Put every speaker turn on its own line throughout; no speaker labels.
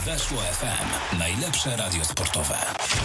Weszło FM. Najlepsze radio sportowe.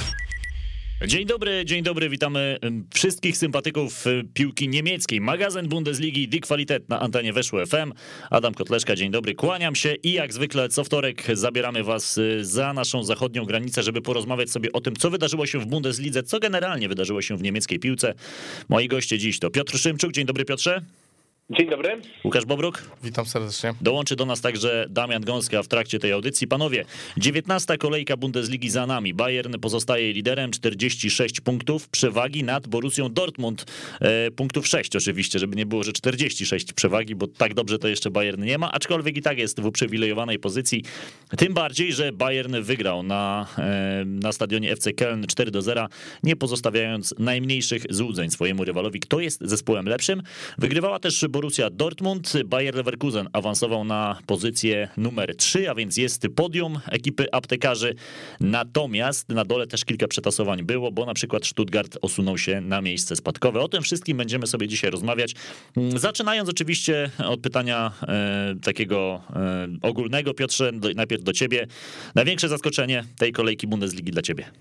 Dzień dobry, witamy wszystkich sympatyków piłki niemieckiej. Magazyn Bundesligi Die Qualität na antenie Weszło FM. Adam Kotleszka, dzień dobry, kłaniam się i jak zwykle co wtorek zabieramy was za naszą zachodnią granicę, żeby porozmawiać sobie o tym, co wydarzyło się w Bundeslidze, co generalnie wydarzyło się w niemieckiej piłce. Moi goście dziś to Piotr Szymczuk, dzień dobry Piotrze.
Dzień dobry.
Łukasz Bobruk.
Witam serdecznie.
Dołączy do nas także Damian Gąska w trakcie tej audycji. Panowie, 19. kolejka Bundesligi za nami. Bayern pozostaje liderem, 46 punktów przewagi nad Borussią Dortmund. Punktów 6 oczywiście, żeby nie było, że 46 przewagi, bo tak dobrze to jeszcze Bayern nie ma, aczkolwiek i tak jest w uprzywilejowanej pozycji. Tym bardziej, że Bayern wygrał na stadionie FC Köln 4-0, nie pozostawiając najmniejszych złudzeń swojemu rywalowi. Kto jest zespołem lepszym? Wygrywała też Borussia Dortmund, Bayer Leverkusen awansował na pozycję numer 3, a więc jest podium ekipy aptekarzy. Natomiast na dole też kilka przetasowań było, bo na przykład Stuttgart osunął się na miejsce spadkowe. O tym wszystkim będziemy sobie dzisiaj rozmawiać. Zaczynając oczywiście od pytania takiego ogólnego. Piotrze, najpierw do ciebie. Największe zaskoczenie tej kolejki Bundesligi dla ciebie?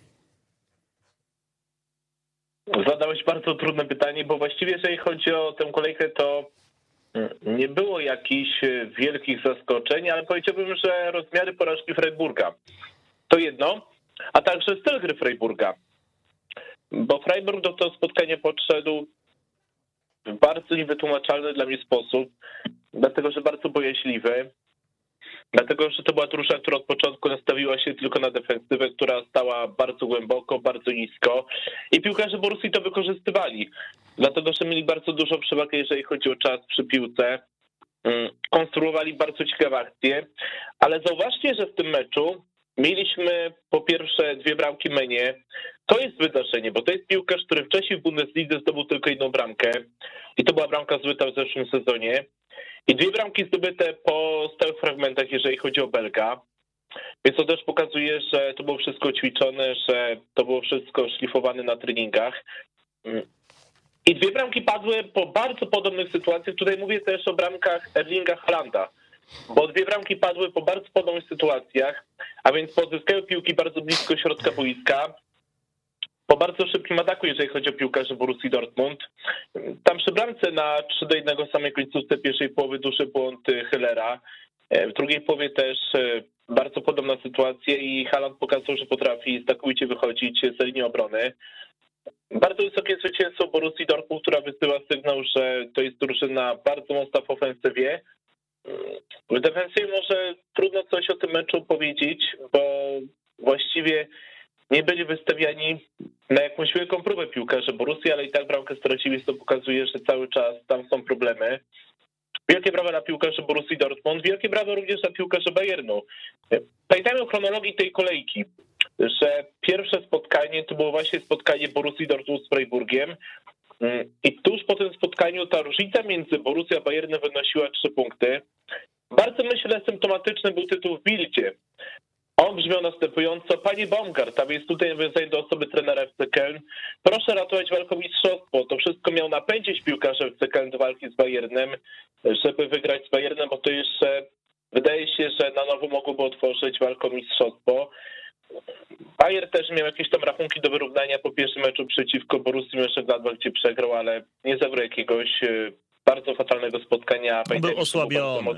Zadałeś bardzo trudne pytanie, bo właściwie jeżeli chodzi o tę kolejkę, to nie było jakichś wielkich zaskoczeń, ale powiedziałbym, że rozmiary porażki Freiburga to jedno, a także styl gry Freiburga. Bo Freiburg do tego spotkania podszedł w bardzo niewytłumaczalny dla mnie sposób, dlatego że bardzo bojaźliwy, dlatego że to była drużyna, która od początku nastawiła się tylko na defensywę, która stała bardzo głęboko, bardzo nisko i piłkarze Borussii to wykorzystywali, dlatego że mieli bardzo dużą przewagę, jeżeli chodzi o czas przy piłce, konstruowali bardzo ciekawe akcje, ale zauważcie, że w tym meczu mieliśmy po pierwsze 2 bramki Menie. To jest wydarzenie, bo to jest piłkarz, który wcześniej w Bundeslidze zdobył tylko 1 bramkę i to była bramka zdobyta w zeszłym sezonie. I 2 bramki zdobyte po stałych fragmentach, jeżeli chodzi o Belga. Więc to też pokazuje, że to było wszystko ćwiczone, że to było wszystko szlifowane na treningach. I 2 bramki padły po bardzo podobnych sytuacjach. Tutaj mówię też o bramkach Erlinga Haalanda, bo 2 bramki padły po bardzo podobnych sytuacjach, a więc po odzyskaniu piłki bardzo blisko środka boiska, po bardzo szybkim ataku, jeżeli chodzi o piłkarzy Borussii Dortmund. Tam przy bramce na 3-1 samej końcówce pierwszej połowy duży błąd Hillera. W drugiej połowie też bardzo podobna sytuacja i Haaland pokazał, że potrafi znakomicie wychodzić z linii obrony. Bardzo wysokie zwycięstwo Borussii Dortmund, która wysyła sygnał, że to jest drużyna bardzo mocna w ofensywie. W defensywie może trudno coś o tym meczu powiedzieć, bo właściwie nie byli wystawiani na jakąś wielką próbę piłkarze Borussii, ale i tak bramkę stracili, to pokazuje, że cały czas tam są problemy. Wielkie brawa dla piłkarzy Borussii Dortmund, wielkie brawa również dla piłkarzy Bayernu. Pamiętajmy o chronologii tej kolejki, że pierwsze spotkanie to było właśnie spotkanie Borussii Dortmund z Freiburgiem i tuż po tym spotkaniu ta różnica między Borussią a Bayernem wynosiła 3 punkty. Bardzo myślę symptomatyczny był tytuł w Bildzie. On brzmiał następująco: Panie Baumgart, a więc tutaj nawiązanie do osoby trenera FC Köln, proszę ratować walkę o mistrzostwo. To wszystko miał napędzić piłkarze FC Köln do walki z Bayernem, żeby wygrać z Bayernem, bo to jeszcze wydaje się, że na nowo mogłoby otworzyć walkę o mistrzostwo. Bayern też miał jakieś tam rachunki do wyrównania po pierwszym meczu przeciwko Borussii Mönchengladbach, gdzie przegrał, ale nie zagrał jakiegoś bardzo fatalnego spotkania.
Był osłabiony.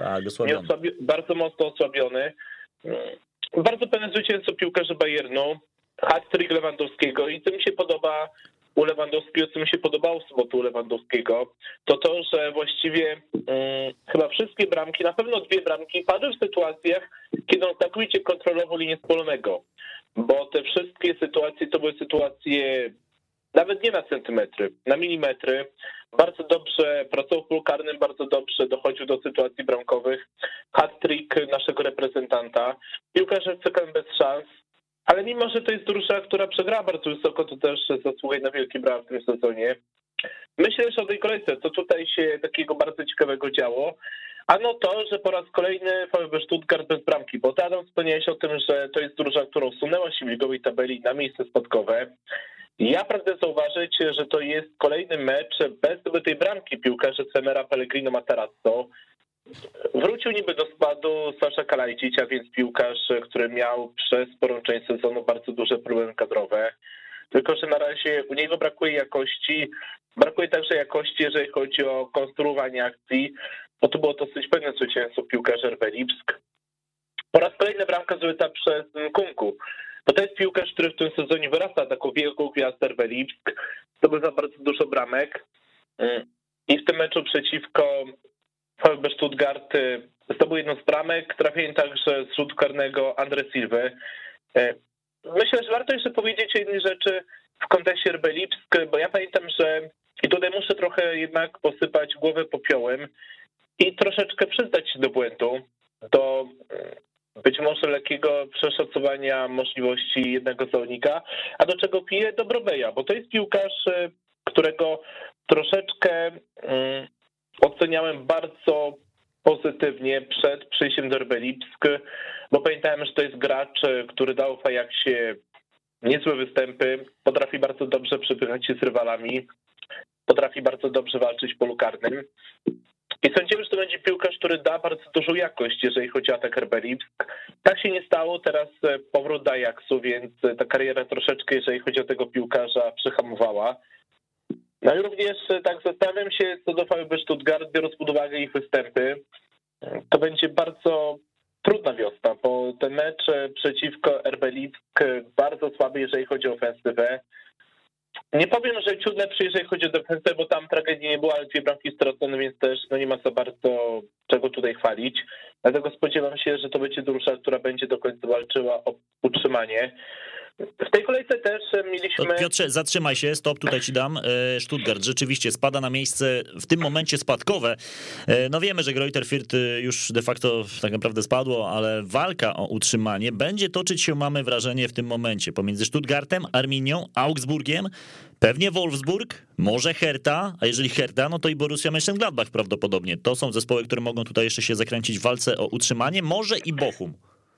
Bardzo mocno osłabiony. Bardzo pewne zwycięstwo piłkarzy Bayernu, hat-trick Lewandowskiego i co mi się podoba u Lewandowskiego, co mi się podobało w sobotę u Lewandowskiego, to, że właściwie chyba wszystkie bramki, na pewno 2 bramki padły w sytuacjach, kiedy on znakomicie kontrolował linię spalonego, bo te wszystkie sytuacje to były sytuacje nawet nie na centymetry, na milimetry. Bardzo dobrze pracował w polu karnym, bardzo dobrze dochodził do sytuacji bramkowych. Hat-trick naszego reprezentanta. Piłkarze CKM bez szans, ale mimo, że to jest drużyna, która przegrała bardzo wysoko, to też zasługuje na wielkie brawa w tym sezonie. Myślę, że o tej kolejce, co tutaj się takiego bardzo ciekawego działo, ano to, że po raz kolejny VfB Stuttgart bez bramki, bo ty, Adam, wspomniałeś o tym, że to jest drużyna, która usunęła się w ligowej tabeli na miejsce spadkowe. Ja pragnę zauważyć, że to jest kolejny mecz bez tej bramki piłkarzy trenera Pellegrino Matarazzo. Wrócił niby do składu Sasza Kalajdzic, a więc piłkarz, który miał przez sporą część sezonu bardzo duże problemy kadrowe. Tylko że na razie u niego brakuje jakości. Brakuje także jakości, jeżeli chodzi o konstruowanie akcji, bo to było dosyć pewne zwycięstwo piłkarza RB Lipsk. Po raz kolejny bramka zdobyta przez Nkunku. Bo to jest piłkarz, który w tym sezonie wyrasta taką wielką gwiazdę RB Lipsk. Zdobywa bardzo dużo bramek. I w tym meczu przeciwko VfB Stuttgart zdobył jedną z bramek, trafienie także z rzutu karnego Andre Silwy. Myślę, że warto jeszcze powiedzieć o jednej rzeczy w kontekście RB Lipsk, bo ja pamiętam, że i tutaj muszę trochę jednak posypać głowę popiołem i troszeczkę przyznać się do błędu, do być może lekkiego przeszacowania możliwości jednego zawodnika, a do czego pije Dobrobeja, bo to jest piłkarz, którego troszeczkę oceniałem bardzo pozytywnie przed przyjściem do RB Lipsk, bo pamiętałem, że to jest gracz, który dał w Ajaxie niezłe występy, potrafi bardzo dobrze przepychać się z rywalami, potrafi bardzo dobrze walczyć w polu karnym. I sądziłem, że to będzie piłkarz, który da bardzo dużą jakość, jeżeli chodzi o atak RB Lipsk. Tak się nie stało, teraz powrót do Ajaxu, więc ta kariera troszeczkę, jeżeli chodzi o tego piłkarza, przyhamowała. No i również tak zastanawiam się co do VfB Stuttgart, biorąc pod uwagę ich występy. To będzie bardzo trudna wiosna, bo ten mecz przeciwko RB Lipsk bardzo słaby, jeżeli chodzi o ofensywę. Nie powiem, że ciut lepszy, jeżeli chodzi o defensywę, bo tam tragedii nie było, ale 2 bramki stracone, więc też nie ma za bardzo czego tutaj chwalić. Dlatego spodziewam się, że to będzie drużyna, która będzie do końca walczyła o utrzymanie. W tej kolejce też mieliśmy...
To Piotrze, zatrzymaj się, stop, tutaj ci dam. Stuttgart rzeczywiście spada na miejsce w tym momencie spadkowe. No wiemy, że Greuther Fürth już de facto tak naprawdę spadło, ale walka o utrzymanie będzie toczyć się, mamy wrażenie, w tym momencie pomiędzy Stuttgartem, Arminią, Augsburgiem, pewnie Wolfsburg, może Hertha, a jeżeli Hertha, no to i Borussia Mönchengladbach prawdopodobnie. To są zespoły, które mogą tutaj jeszcze się zakręcić w walce o utrzymanie, może i Bochum.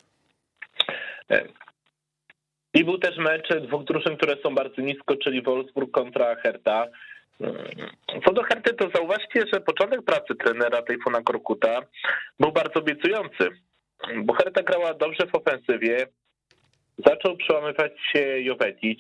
I był też mecz 2 drużyn, które są bardzo nisko, czyli Wolfsburg kontra Hertha. Co do Herty, to zauważcie, że początek pracy trenera Tayfuna Korkuta był bardzo obiecujący, bo Hertha grała dobrze w ofensywie, zaczął przełamywać się Jovetic,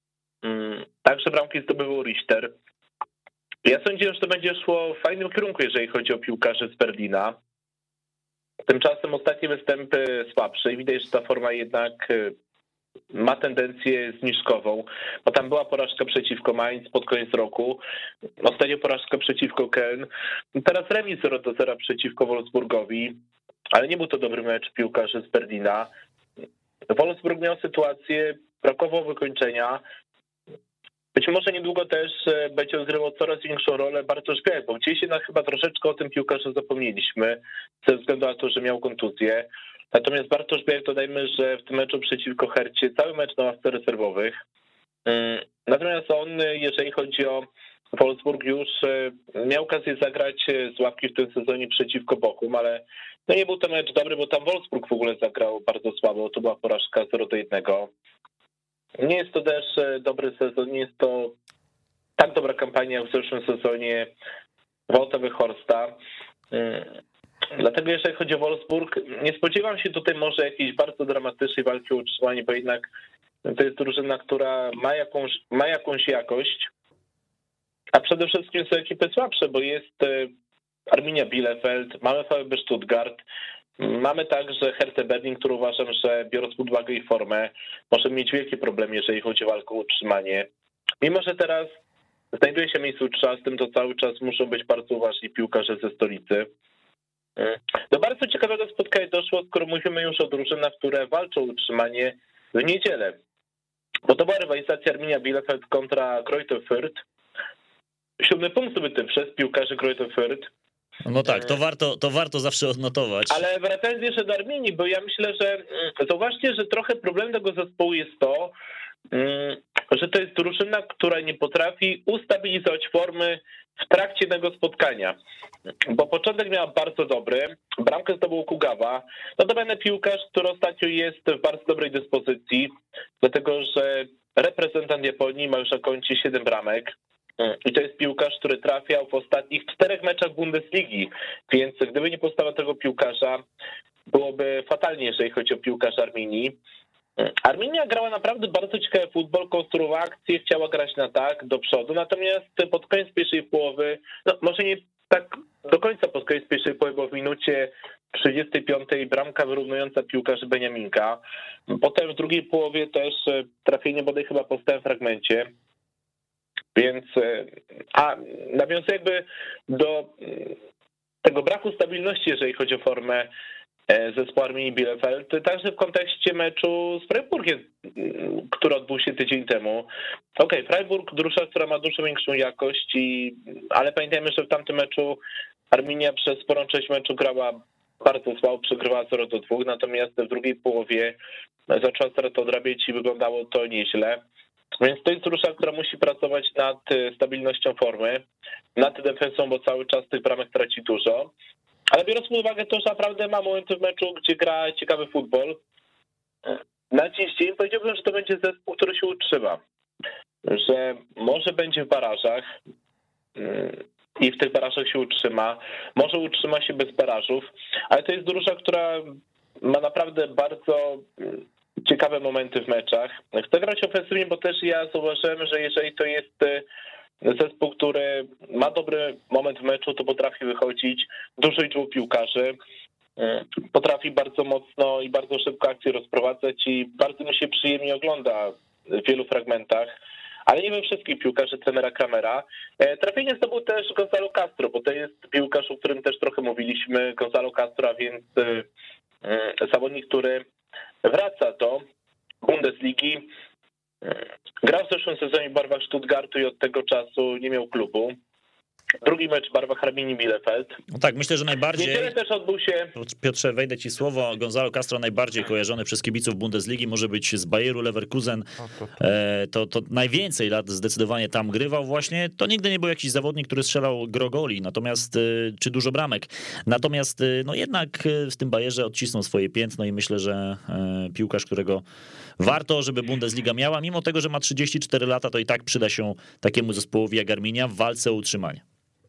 także bramki zdobywał Richter. Ja sądziłem, że to będzie szło w fajnym kierunku, jeżeli chodzi o piłkarzy z Berlina. Tymczasem ostatnie występy słabsze i widać, że ta forma jednak ma tendencję zniżkową, bo tam była porażka przeciwko Mainz pod koniec roku, ostatnio porażka przeciwko Köln, teraz remis 0-0 przeciwko Wolfsburgowi, ale nie był to dobry mecz piłkarzy z Berlina. Wolfsburg miał sytuację, brakowało wykończenia. Być może niedługo też będzie odgrywał coraz większą rolę Bartosz Białek, bo gdzieś jednak chyba troszeczkę o tym piłkarzu zapomnieliśmy, ze względu na to, że miał kontuzję. Natomiast Bartosz Białek, dodajmy, że w tym meczu przeciwko Hercie cały mecz na ławce rezerwowych. Natomiast on, jeżeli chodzi o Wolfsburg, już miał okazję zagrać z ławki w tym sezonie przeciwko Bochum, ale no nie był to mecz dobry, bo tam Wolfsburg w ogóle zagrał bardzo słabo. To była porażka 0-1. Nie jest to też dobry sezon, nie jest to tak dobra kampania jak w zeszłym sezonie Wołta Weghorsta. Dlatego jeżeli chodzi o Wolfsburg, nie spodziewam się tutaj może jakiejś bardzo dramatycznej walki o utrzymanie, bo jednak to jest drużyna, która ma jakąś jakość, a przede wszystkim są ekipy słabsze, bo jest Arminia Bielefeld, mamy VfB Stuttgart, mamy także Hertha Berlin, który uważam, że biorąc pod uwagę ich formę, może mieć wielkie problemy, jeżeli chodzi o walkę o utrzymanie. Mimo że teraz znajduje się miejsce w 13, to cały czas muszą być bardzo uważni piłkarze ze stolicy. Do bardzo ciekawego spotkania doszło, skoro mówimy już o drużynach, które walczą o utrzymanie w niedzielę. Bo to była rywalizacja Arminia Bielefeld kontra Greuther Fürth. 7 punkt zdobyty przez piłkarzy Greuther Fürth.
No tak, to warto zawsze odnotować.
Ale wracając jeszcze do Arminii, bo ja myślę, że zauważcie, że trochę problem tego zespołu jest to, że to jest drużyna, która nie potrafi ustabilizować formy w trakcie tego spotkania. Bo początek miał bardzo dobry, bramkę zdobył Kugawa, notabene piłkarz, który ostatnio jest w bardzo dobrej dyspozycji, dlatego że reprezentant Japonii ma już na koncie 7 bramek. I to jest piłkarz, który trafiał w ostatnich 4 meczach Bundesligi, więc gdyby nie postawa tego piłkarza, byłoby fatalnie, jeżeli chodzi o piłkarza Arminii. Arminia grała naprawdę bardzo ciekawy futbol, konstruowała akcje, chciała grać na tak, do przodu, natomiast pod koniec pierwszej połowy, no może nie tak do końca pod koniec pierwszej połowy, bo w minucie 35 bramka wyrównująca piłkarzy Beniaminka. Potem w drugiej połowie też trafienie bodaj chyba po stałym fragmencie. Więc, a nawiązuję jakby do tego braku stabilności, jeżeli chodzi o formę zespołu Arminii Bielefeld, także w kontekście meczu z Freiburgiem, który odbył się tydzień temu. Okej, Freiburg, drużyna, która ma dużo większą jakość, ale pamiętajmy, że w tamtym meczu Arminia przez sporą część meczu grała bardzo słabo, przegrywała 0-2, natomiast w drugiej połowie zaczęła stratę odrabiać i wyglądało to nieźle. Więc to jest drużyna, która musi pracować nad stabilnością formy, nad defensą, bo cały czas tych bramek traci dużo. Ale biorąc pod uwagę to, że naprawdę ma momenty w meczu, gdzie gra ciekawy futbol, na dziś dzień powiedziałbym, że to będzie zespół, który się utrzyma. Że może będzie w barażach i w tych barażach się utrzyma, może utrzyma się bez barażów, ale to jest drużyna, która ma naprawdę bardzo ciekawe momenty w meczach. Chcę grać ofensywnie, bo też ja zauważyłem, że jeżeli to jest zespół, który ma dobry moment w meczu, to potrafi wychodzić dużo liczbą piłkarzy, potrafi bardzo mocno i bardzo szybko akcje rozprowadzać i bardzo mi się przyjemnie ogląda w wielu fragmentach, ale nie we wszystkich piłkarzy trenera Kramera. Trafienie zdobył też Gonzalo Castro, bo to jest piłkarz, o którym też trochę mówiliśmy, Gonzalo Castro, a więc zawodnik, który wraca do Bundesligi. Grał w zeszłym sezonie w barwach Stuttgartu i od tego czasu nie miał klubu. Drugi mecz w barwach Arminii Bielefeld.
No tak, myślę, że najbardziej...
Niedzielę też odbył się...
Piotrze, wejdę ci słowo. Gonzalo Castro najbardziej kojarzony przez kibiców Bundesligi, może być z Bayeru Leverkusen. To najwięcej lat zdecydowanie tam grywał właśnie. To nigdy nie był jakiś zawodnik, który strzelał gro goli, natomiast czy dużo bramek. Natomiast no jednak w tym Bayerze odcisnął swoje piętno i myślę, że piłkarz, którego warto, żeby Bundesliga miała, mimo tego, że ma 34 lata, to i tak przyda się takiemu zespołowi jak Arminia w walce o utrzymanie.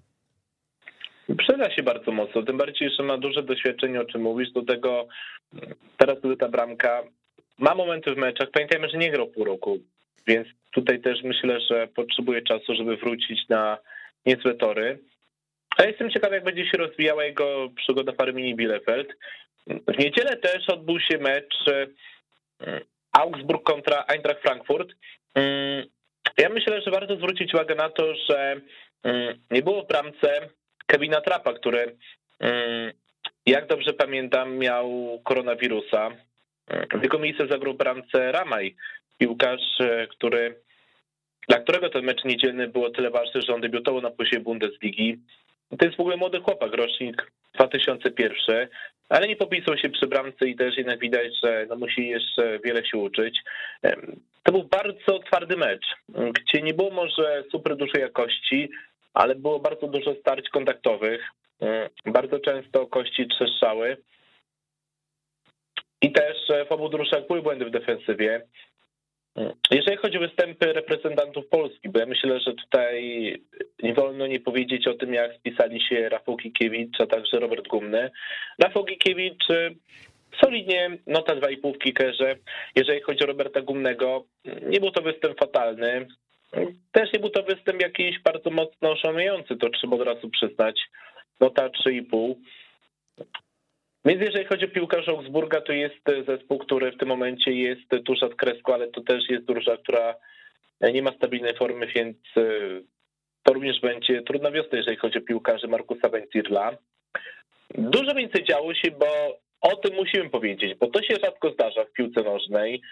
Przyda się bardzo mocno, tym bardziej, że ma duże doświadczenie, o czym mówisz, do tego teraz ta bramka ma momenty w meczach, pamiętajmy, że nie grał pół roku, więc tutaj też myślę, że potrzebuje czasu, żeby wrócić na niezłe tory, a jestem ciekaw, jak będzie się rozwijała jego przygoda w Arminii Bielefeld. W niedzielę też odbył się mecz Augsburg kontra Eintracht Frankfurt. Ja myślę, że warto zwrócić uwagę na to, że nie było w bramce Kevina Trappa, który, jak dobrze pamiętam, miał koronawirusa. W jego miejsce zagrał w bramce Ramaj, piłkarz, dla którego ten mecz niedzielny było tyle ważny, że on debiutował na poziomie Bundesligi. To jest w ogóle młody chłopak, rocznik 2001, ale nie popisał się przy bramce i też jednak widać, że no musi jeszcze wiele się uczyć. To był bardzo twardy mecz, gdzie nie było może super dużej jakości, ale było bardzo dużo starć kontaktowych, bardzo często kości trzeszczały i też w obu drużynach były błędy w defensywie. Jeżeli chodzi o występy reprezentantów Polski, bo ja myślę, że tutaj nie wolno nie powiedzieć o tym, jak spisali się Rafał Gikiewicz, a także Robert Gumny. Rafał Gikiewicz solidnie, nota 2,5 w kickerze. Jeżeli chodzi o Roberta Gumnego, nie był to występ fatalny. Też nie był to występ jakiś bardzo mocno szanujący, to trzeba od razu przyznać. Nota 3,5. Więc jeżeli chodzi o piłkarza Augsburga, to jest zespół, który w tym momencie jest tuż nad kreską, ale to też jest drużyna, która nie ma stabilnej formy, więc to również będzie trudna wiosna, jeżeli chodzi o piłkarzy Markusa Wenzirla. Dużo więcej działo się, bo o tym musimy powiedzieć, bo to się rzadko zdarza w piłce nożnej.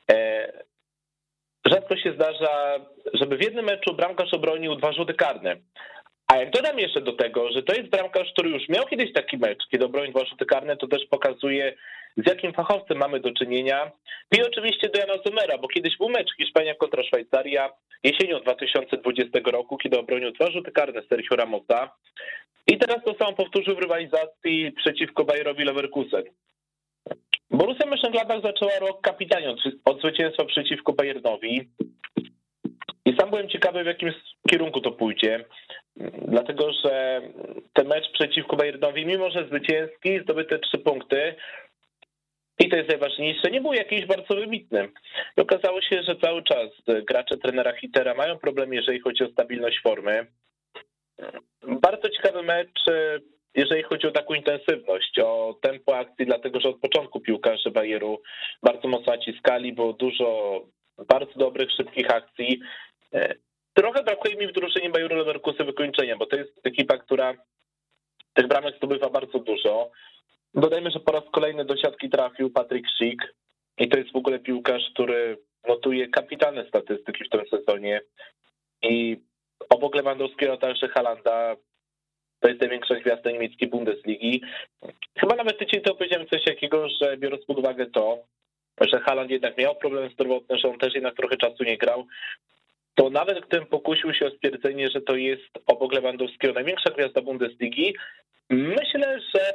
Rzadko się zdarza, żeby w jednym meczu bramkarz obronił 2 rzuty karne. A jak dodam jeszcze do tego, że to jest bramkarz, który już miał kiedyś taki mecz, kiedy obronił 2 rzuty karne, to też pokazuje, z jakim fachowcem mamy do czynienia. I oczywiście do Jana Zommera, bo kiedyś był mecz Hiszpania kontra Szwajcaria jesienią 2020 roku, kiedy obronił 2 rzuty karne Sergio Ramosa. I teraz to samo powtórzył w rywalizacji przeciwko Bayerowi Leverkusen. Borussia Mönchengladbach zaczęła rok kapitalnie od zwycięstwa przeciwko Bayernowi. I I sam byłem ciekawy, w jakim kierunku to pójdzie, dlatego że ten mecz przeciwko Bayernowi, mimo że zwycięski, zdobyte 3 punkty, i to jest najważniejsze, nie był jakiś bardzo wybitny. I okazało się, że cały czas gracze trenera Hittera mają problem, jeżeli chodzi o stabilność formy. Bardzo ciekawy mecz, jeżeli chodzi o taką intensywność, o tempo akcji, dlatego że od początku piłkarze Bayeru bardzo mocno naciskali, było dużo bardzo dobrych, szybkich akcji. Trochę brakuje mi w drużynie Bayeru Leverkusen wykończenia, bo to jest ekipa, która tych bramek zdobywa bardzo dużo. Dodajmy, że po raz kolejny do siatki trafił Patryk Schick i to jest w ogóle piłkarz, który notuje kapitalne statystyki w tym sezonie i obok Lewandowskiego, a także Haalanda to jest największa gwiazda niemieckiej Bundesligi. Chyba nawet tydzień temu powiedziałem coś takiego, że biorąc pod uwagę to, że Haaland jednak miał problem zdrowotny, że on też jednak trochę czasu nie grał, to nawet gdybym pokusił się o stwierdzenie, że to jest obok Lewandowskiego największa gwiazda Bundesligi, myślę, że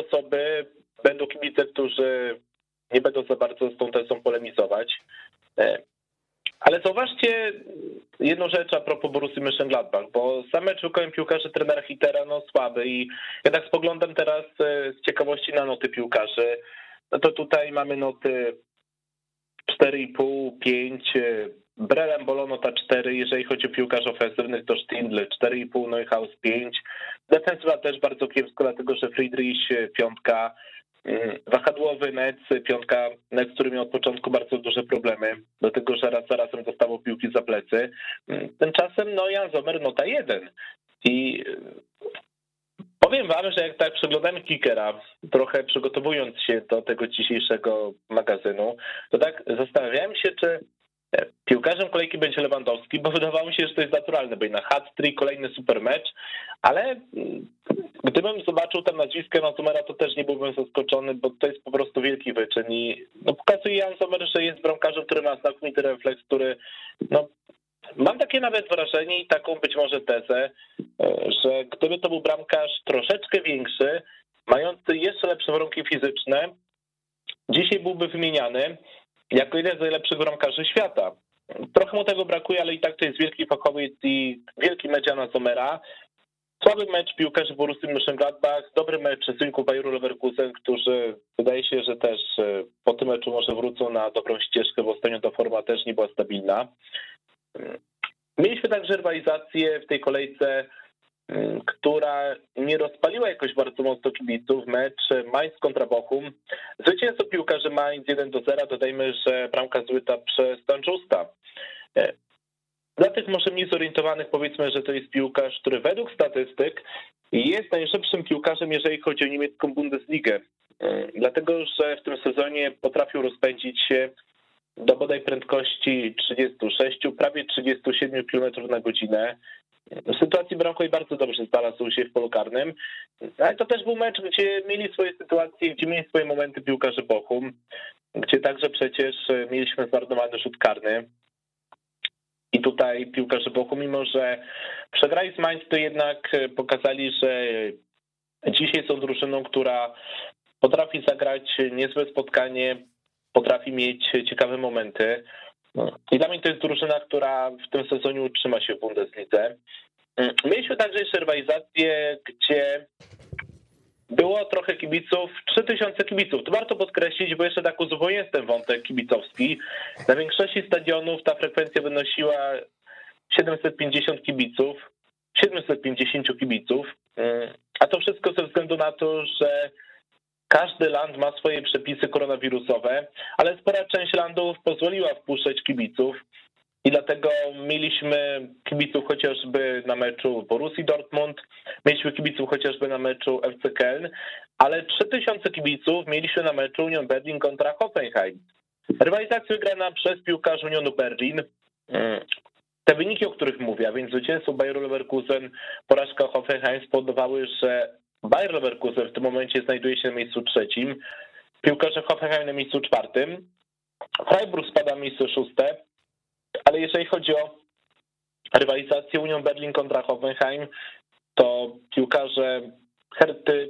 będą kibice, którzy nie będą za bardzo z tą tezą polemizować. Ale zauważcie jedną rzecz a propos Borussii Mönchengladbach, bo sam mecz wykonał piłkarzy trenera Hittera słaby i ja tak spoglądam teraz z ciekawości na noty piłkarzy. No to tutaj mamy noty 4,5, 5, Brelem Bolo nota 4, jeżeli chodzi o piłkarzy ofensywnych to Stindl 4,5, Neuhaus 5. Defensywa też bardzo kiepsko, dlatego że Friedrich 5, wahadłowy Netz 5, Netz, który miał od początku bardzo duże problemy, do tego, że raz za razem dostawał piłki za plecy. Tymczasem Jan Sommer nota 1 i powiem wam, że jak tak przeglądamy Kickera, trochę przygotowując się do tego dzisiejszego magazynu, to tak zastanawiałem się, czy piłkarzem kolejki będzie Lewandowski, bo wydawało mi się, że to jest naturalne, bo i na hat-trick, kolejny super mecz, ale gdybym zobaczył tam nazwisko Jana Sommera, to też nie byłbym zaskoczony, bo to jest po prostu wielki wyczyn i pokazuje Jan Sommer, że jest bramkarzem, który ma znakomity refleks, który mam takie nawet wrażenie i taką być może tezę, że gdyby to był bramkarz troszeczkę większy, mający jeszcze lepsze warunki fizyczne, dzisiaj byłby wymieniany jako jeden z najlepszych bramkarzy świata. Trochę mu tego brakuje, ale i tak to jest wielki fachowiec i wielki mecz Jana Sommera. Słaby mecz piłkarzy Borussii Mönchengladbach, dobry mecz przeciwko Bayeru Leverkusen, którzy wydaje się, że też po tym meczu może wrócą na dobrą ścieżkę, bo ostatnio ta forma też nie była stabilna. Mieliśmy także rywalizację w tej kolejce, która nie rozpaliła jakoś bardzo mocno kibiców, mecz Mainz kontra Bochum. Zwycięzcą piłkarzy Mainz 1-0, dodajmy, że bramka zbyta przez Stanjusta. Dla tych może mniej zorientowanych powiedzmy, że to jest piłkarz, który według statystyk jest najszybszym piłkarzem, jeżeli chodzi o niemiecką Bundesligę. Dlatego, że w tym sezonie potrafił rozpędzić się do bodaj prędkości 36, prawie 37 km na godzinę. W sytuacji bramkowej bardzo dobrze znalazł się w polu karnym, ale to też był mecz, gdzie mieli swoje sytuacje, gdzie mieli swoje momenty piłkarze Bochum, gdzie także przecież mieliśmy zmarnowany rzut karny. I tutaj piłkarze Bochum, mimo że przegrali z Mainz, to jednak pokazali, że dzisiaj są drużyną, która potrafi zagrać niezłe spotkanie, potrafi mieć ciekawe momenty. I dla mnie to jest drużyna, która w tym sezonie utrzyma się w Bundeslidze. Mieliśmy także jeszcze rywalizację, gdzie było trochę kibiców, 3000 kibiców. To warto podkreślić, bo jeszcze tak uzupełnię ten wątek kibicowski. Na większości stadionów ta frekwencja wynosiła 750 kibiców, a to wszystko ze względu na to, że każdy land ma swoje przepisy koronawirusowe, ale spora część landów pozwoliła wpuszczać kibiców i dlatego mieliśmy kibiców chociażby na meczu Borussii Dortmund, mieliśmy kibiców chociażby na meczu FC Köln, ale 3000 kibiców mieliśmy na meczu Union Berlin kontra Hoffenheim. Rywalizacja wygrana przez piłkarzy Unionu Berlin. Te wyniki, o których mówię, a więc zwycięstwo Bayeru Leverkusen, porażka Hoffenheim spowodowały, że Bayer Leverkusen w tym momencie znajduje się na miejscu 3, piłkarze Hoffenheim na miejscu 4, Freiburg spada na miejsce 6, ale jeżeli chodzi o rywalizację Union Berlin kontra Hoffenheim, to piłkarze Herty,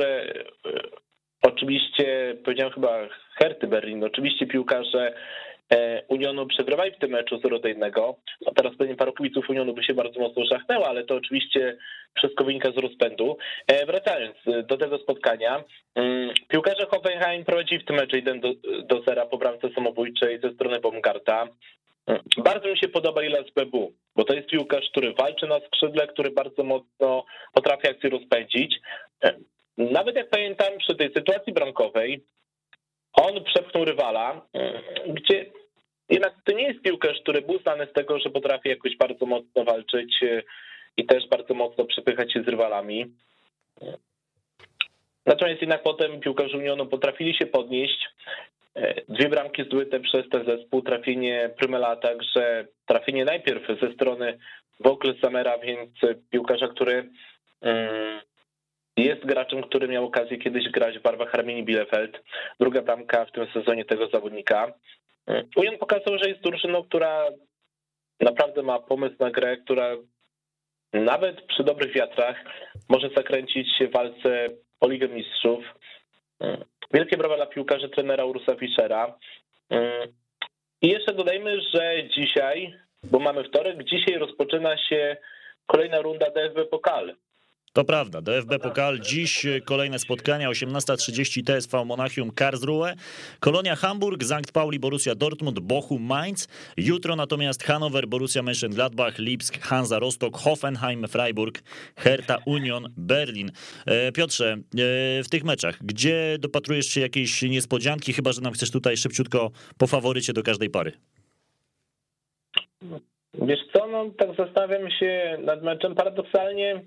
oczywiście, powiedziałem chyba Herty Berlin, oczywiście piłkarze Unionu przegrywali w tym meczu 0-1. No teraz pewnie paru kibiców Unionu by się bardzo mocno żachnęło, ale to oczywiście wszystko wynika z rozpędu. Wracając do tego spotkania, piłkarze Hoffenheim prowadzili w tym meczu 1-0 po bramce samobójczej ze strony Baumgarta. Bardzo mi się podoba Ilas Bebu, bo to jest piłkarz, który walczy na skrzydle, który bardzo mocno potrafi akcję rozpędzić. Nawet jak pamiętam, przy tej sytuacji bramkowej on przepchnął rywala, gdzie jednak to nie jest piłkarz, który był znany z tego, że potrafi jakoś bardzo mocno walczyć i też bardzo mocno przepychać się z rywalami. Natomiast jednak potem piłkarze Unionu potrafili się podnieść. 2 bramki zdobyte przez ten zespół, trafienie Prymela, także trafienie najpierw ze strony Vogelsammera, więc piłkarza, który jest graczem, który miał okazję kiedyś grać w barwach Arminii Bielefeld. Druga bramka w tym sezonie tego zawodnika. Union pokazał, że jest drużyną, która naprawdę ma pomysł na grę, która nawet przy dobrych wiatrach może zakręcić się w walce o Ligę Mistrzów. Wielkie brawa dla piłkarzy trenera Ursa Fischera. I jeszcze dodajmy, że dzisiaj, bo mamy wtorek, dzisiaj rozpoczyna się kolejna runda DFB Pokal.
To prawda, DFB Pokal, dziś kolejne spotkania, 18:30 TSV Monachium Karlsruhe, Kolonia Hamburg, Sankt Pauli Borussia Dortmund, Bochum Mainz, jutro natomiast Hannover Borussia Mönchengladbach, Lipsk, Hansa Rostock, Hoffenheim Freiburg, Hertha Union Berlin. Piotrze, w tych meczach, gdzie dopatrujesz się jakiejś niespodzianki, chyba że nam chcesz tutaj szybciutko po faworycie do każdej pary?
Wiesz co, no tak zastanawiam się nad meczem paradoksalnie.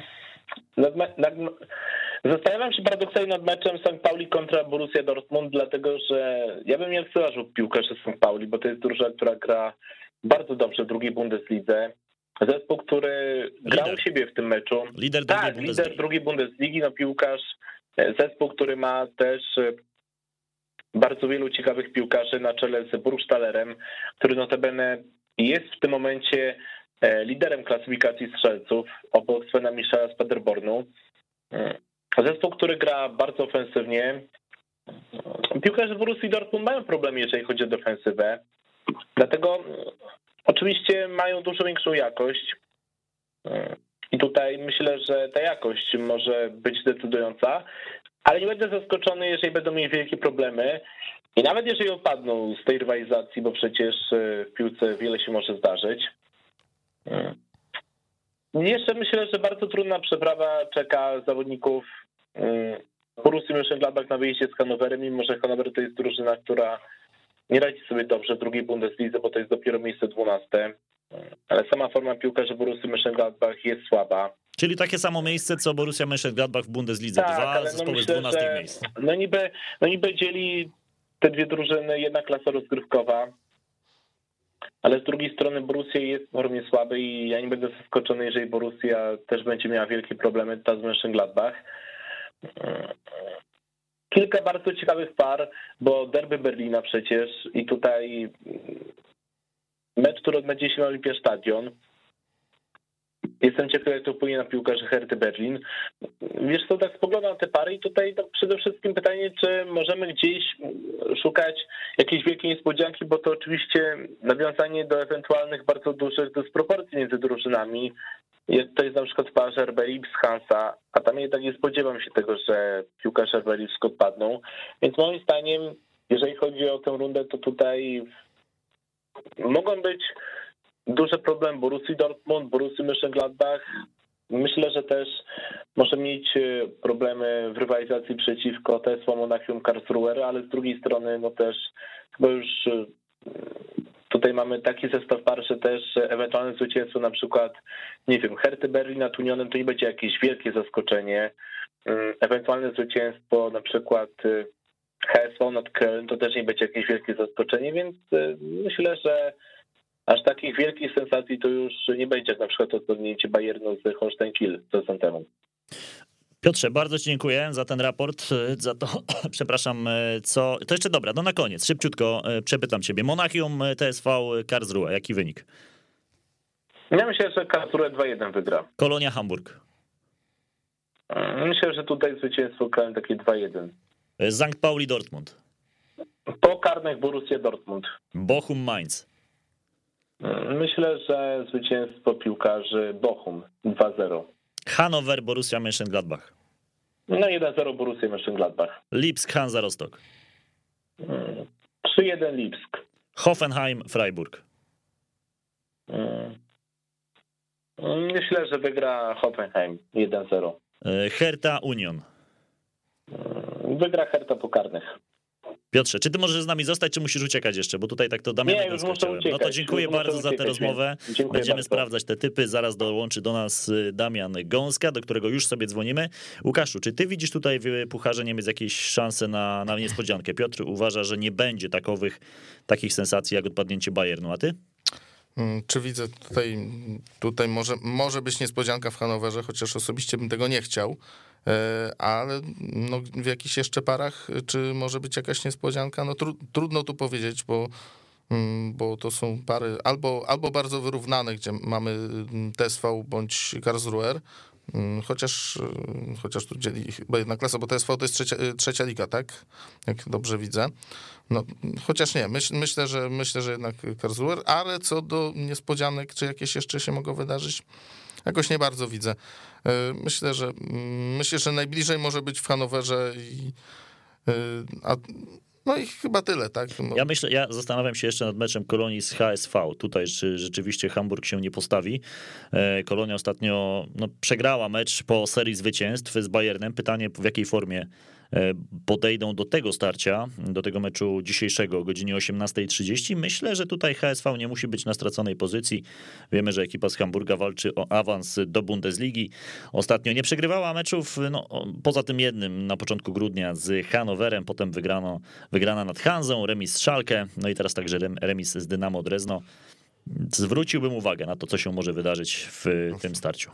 Zastanawiam się paradoksalnie nad meczem St. Pauli kontra Borussia Dortmund, dlatego że ja bym nie lekceważył piłkarzy St. Pauli, bo to jest drużyna, która gra bardzo dobrze w drugiej Bundeslidze. Zespół, który grał u siebie w tym meczu.
Lider drugiej
Bundesligi, no piłkarz, zespół, który ma też bardzo wielu ciekawych piłkarzy na czele z Burgstalerem, który notabene jest w tym momencie liderem klasyfikacji strzelców obok Svena Michela z Paderbornu. Zespół, który gra bardzo ofensywnie. Piłkarze Borussii Dortmund mają problemy, jeżeli chodzi o defensywę. Dlatego oczywiście mają dużo większą jakość. I tutaj myślę, że ta jakość może być decydująca, ale nie będę zaskoczony, jeżeli będą mieli wielkie problemy. I nawet jeżeli odpadną z tej rywalizacji, bo przecież w piłce wiele się może zdarzyć. Jeszcze myślę, że bardzo trudna przeprawa czeka zawodników Borussii Mönchengladbach na wyjeździe z Hannoverem, mimo że Hannover to jest drużyna, która nie radzi sobie dobrze w drugiej Bundeslidze, bo to jest dopiero miejsce 12. Ale sama forma piłkarzy Borussii Mönchengladbach jest słaba.
Czyli takie samo miejsce, co Borussia Mönchengladbach w Bundeslidze.
Tak,
2
ale
zespoły
myślę,
z 12 miejsc.
No niby dzieli te dwie drużyny jedna klasa rozgrywkowa, ale z drugiej strony Borussia jest w formie słabej i ja nie będę zaskoczony, jeżeli Borussia też będzie miała wielkie problemy ta z Mönchengladbach. Kilka bardzo ciekawych par, bo derby Berlina przecież i tutaj mecz, który odbędzie się na Olympiastadion. Jestem ciekaw, jak to wpłynie na piłkarzy Herty Berlin. Wiesz co, tak spoglądam na te pary i tutaj to przede wszystkim pytanie, czy możemy gdzieś szukać jakiejś wielkiej niespodzianki, bo to oczywiście nawiązanie do ewentualnych bardzo dużych dysproporcji między drużynami. To jest na przykład parze RB Lipsk Hansa, a tam jednak nie spodziewam się tego, że piłkarze RB Lipsk odpadną. Więc moim zdaniem, jeżeli chodzi o tę rundę, to tutaj mogą być duże problemy Borussii Dortmund, Borussii Mönchengladbach. Myślę, że też może mieć problemy w rywalizacji przeciwko TSV Monachium Karlsruhe, ale z drugiej strony no też chyba już tutaj mamy taki zestaw par, że też ewentualne zwycięstwo na przykład, nie wiem, Herty Berlin nad Unionem to nie będzie jakieś wielkie zaskoczenie. Ewentualne zwycięstwo na przykład HSV nad Köln to też nie będzie jakieś wielkie zaskoczenie, więc myślę, że aż takich wielkich sensacji to już nie będzie, jak na przykład odpadnięcie Bayernu z Holstein Kiel sezon temu.
Piotrze, bardzo ci dziękuję za ten raport, za to, przepraszam, co... To jeszcze dobra, no na koniec, szybciutko przepytam ciebie. Monachium TSV Karlsruhe, jaki wynik?
Ja myślę, że Karlsruhe 2-1 wygra.
Kolonia Hamburg.
Myślę, że tutaj zwycięstwo Köln takie 2-1.
Sankt Pauli Dortmund.
Po karnych Borussia Dortmund.
Bochum Mainz.
Myślę, że zwycięstwo piłkarzy Bochum 2-0.
Hannover Borussia Mönchengladbach.
No 1-0 Borussia Mönchengladbach.
Lipsk Hansa Rostock.
3-1 Lipsk.
Hoffenheim Freiburg.
Myślę, że wygra Hoffenheim 1-0.
Hertha Union.
Wygra Hertha po karnych.
Piotrze, czy ty możesz z nami zostać, czy musisz uciekać jeszcze? Bo tutaj tak to Damian.
Nie, już muszę uciekać.
No to dziękuję bardzo za tę rozmowę. Będziemy sprawdzać te typy. Zaraz dołączy do nas Damian Gąska, do którego już sobie dzwonimy. Łukaszu, czy ty widzisz tutaj w Pucharze Niemiec jakieś szanse na niespodziankę? Piotr uważa, że nie będzie takich sensacji jak odpadnięcie Bayernu, a ty?
Czy widzę tutaj może być niespodzianka w Hannowerze, chociaż osobiście bym tego nie chciał, ale no w jakichś jeszcze parach, czy może być jakaś niespodzianka? No trudno tu powiedzieć, bo to są pary albo bardzo wyrównane, gdzie mamy TSV bądź Karlsruher, chociaż tu dzieli chyba jedna klasa, bo TSV to jest trzecia liga, tak? Jak dobrze widzę. No, chociaż nie, myślę, że jednak Karlsruher, ale co do niespodzianek, czy jakieś jeszcze się mogą wydarzyć, jakoś nie bardzo widzę. Myślę, że najbliżej może być w Hannowerze no i chyba tyle, tak?
Ja zastanawiam się jeszcze nad meczem Kolonii z HSV. Tutaj, czy rzeczywiście Hamburg się nie postawi. Kolonia ostatnio przegrała mecz po serii zwycięstw z Bayernem. Pytanie, w jakiej formie podejdą do tego starcia, do tego meczu dzisiejszego o godzinie 18:30. Myślę, że tutaj HSV nie musi być na straconej pozycji. Wiemy, że ekipa z Hamburga walczy o awans do Bundesligi. Ostatnio nie przegrywała meczów, poza tym jednym na początku grudnia z Hannoverem, potem wygrana nad Hanzą, remis z Schalke, no i teraz także remis z Dynamo Drezno. Zwróciłbym uwagę na to, co się może wydarzyć w tym starciu.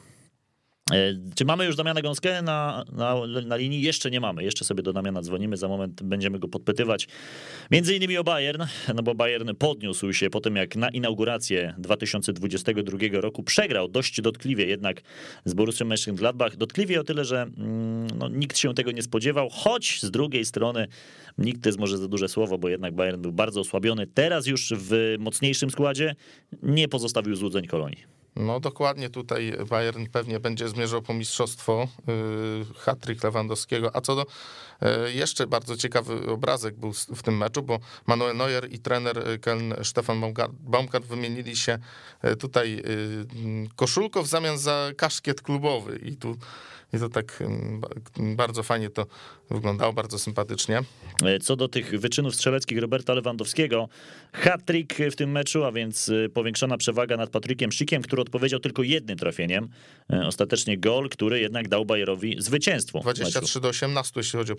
Czy mamy już Damiana Gąskę na linii? Jeszcze nie mamy. Jeszcze sobie do Damiana dzwonimy. Za moment będziemy go podpytywać. Między innymi o Bayern, bo Bayern podniósł się po tym, jak na inaugurację 2022 roku przegrał dość dotkliwie jednak z Borussią Mönchengladbach. Dotkliwie o tyle, że nikt się tego nie spodziewał, choć z drugiej strony nikt to jest może za duże słowo, bo jednak Bayern był bardzo osłabiony. Teraz już w mocniejszym składzie nie pozostawił złudzeń Kolonii.
No dokładnie, tutaj Bayern pewnie będzie zmierzał po mistrzostwo, hat-trick Lewandowskiego, a co do jeszcze bardzo ciekawy obrazek był w tym meczu, bo Manuel Neuer i trener Köln Stefan Baumgart wymienili się tutaj koszulką w zamian za kaszkiet klubowy i to tak bardzo fajnie to wyglądało, bardzo sympatycznie.
Co do tych wyczynów strzeleckich Roberta Lewandowskiego, hat-trick w tym meczu, a więc powiększona przewaga nad Patrykiem Schikiem, który odpowiedział tylko jednym trafieniem. Ostatecznie gol, który jednak dał Bayerowi zwycięstwo.
23-18, jeśli chodzi o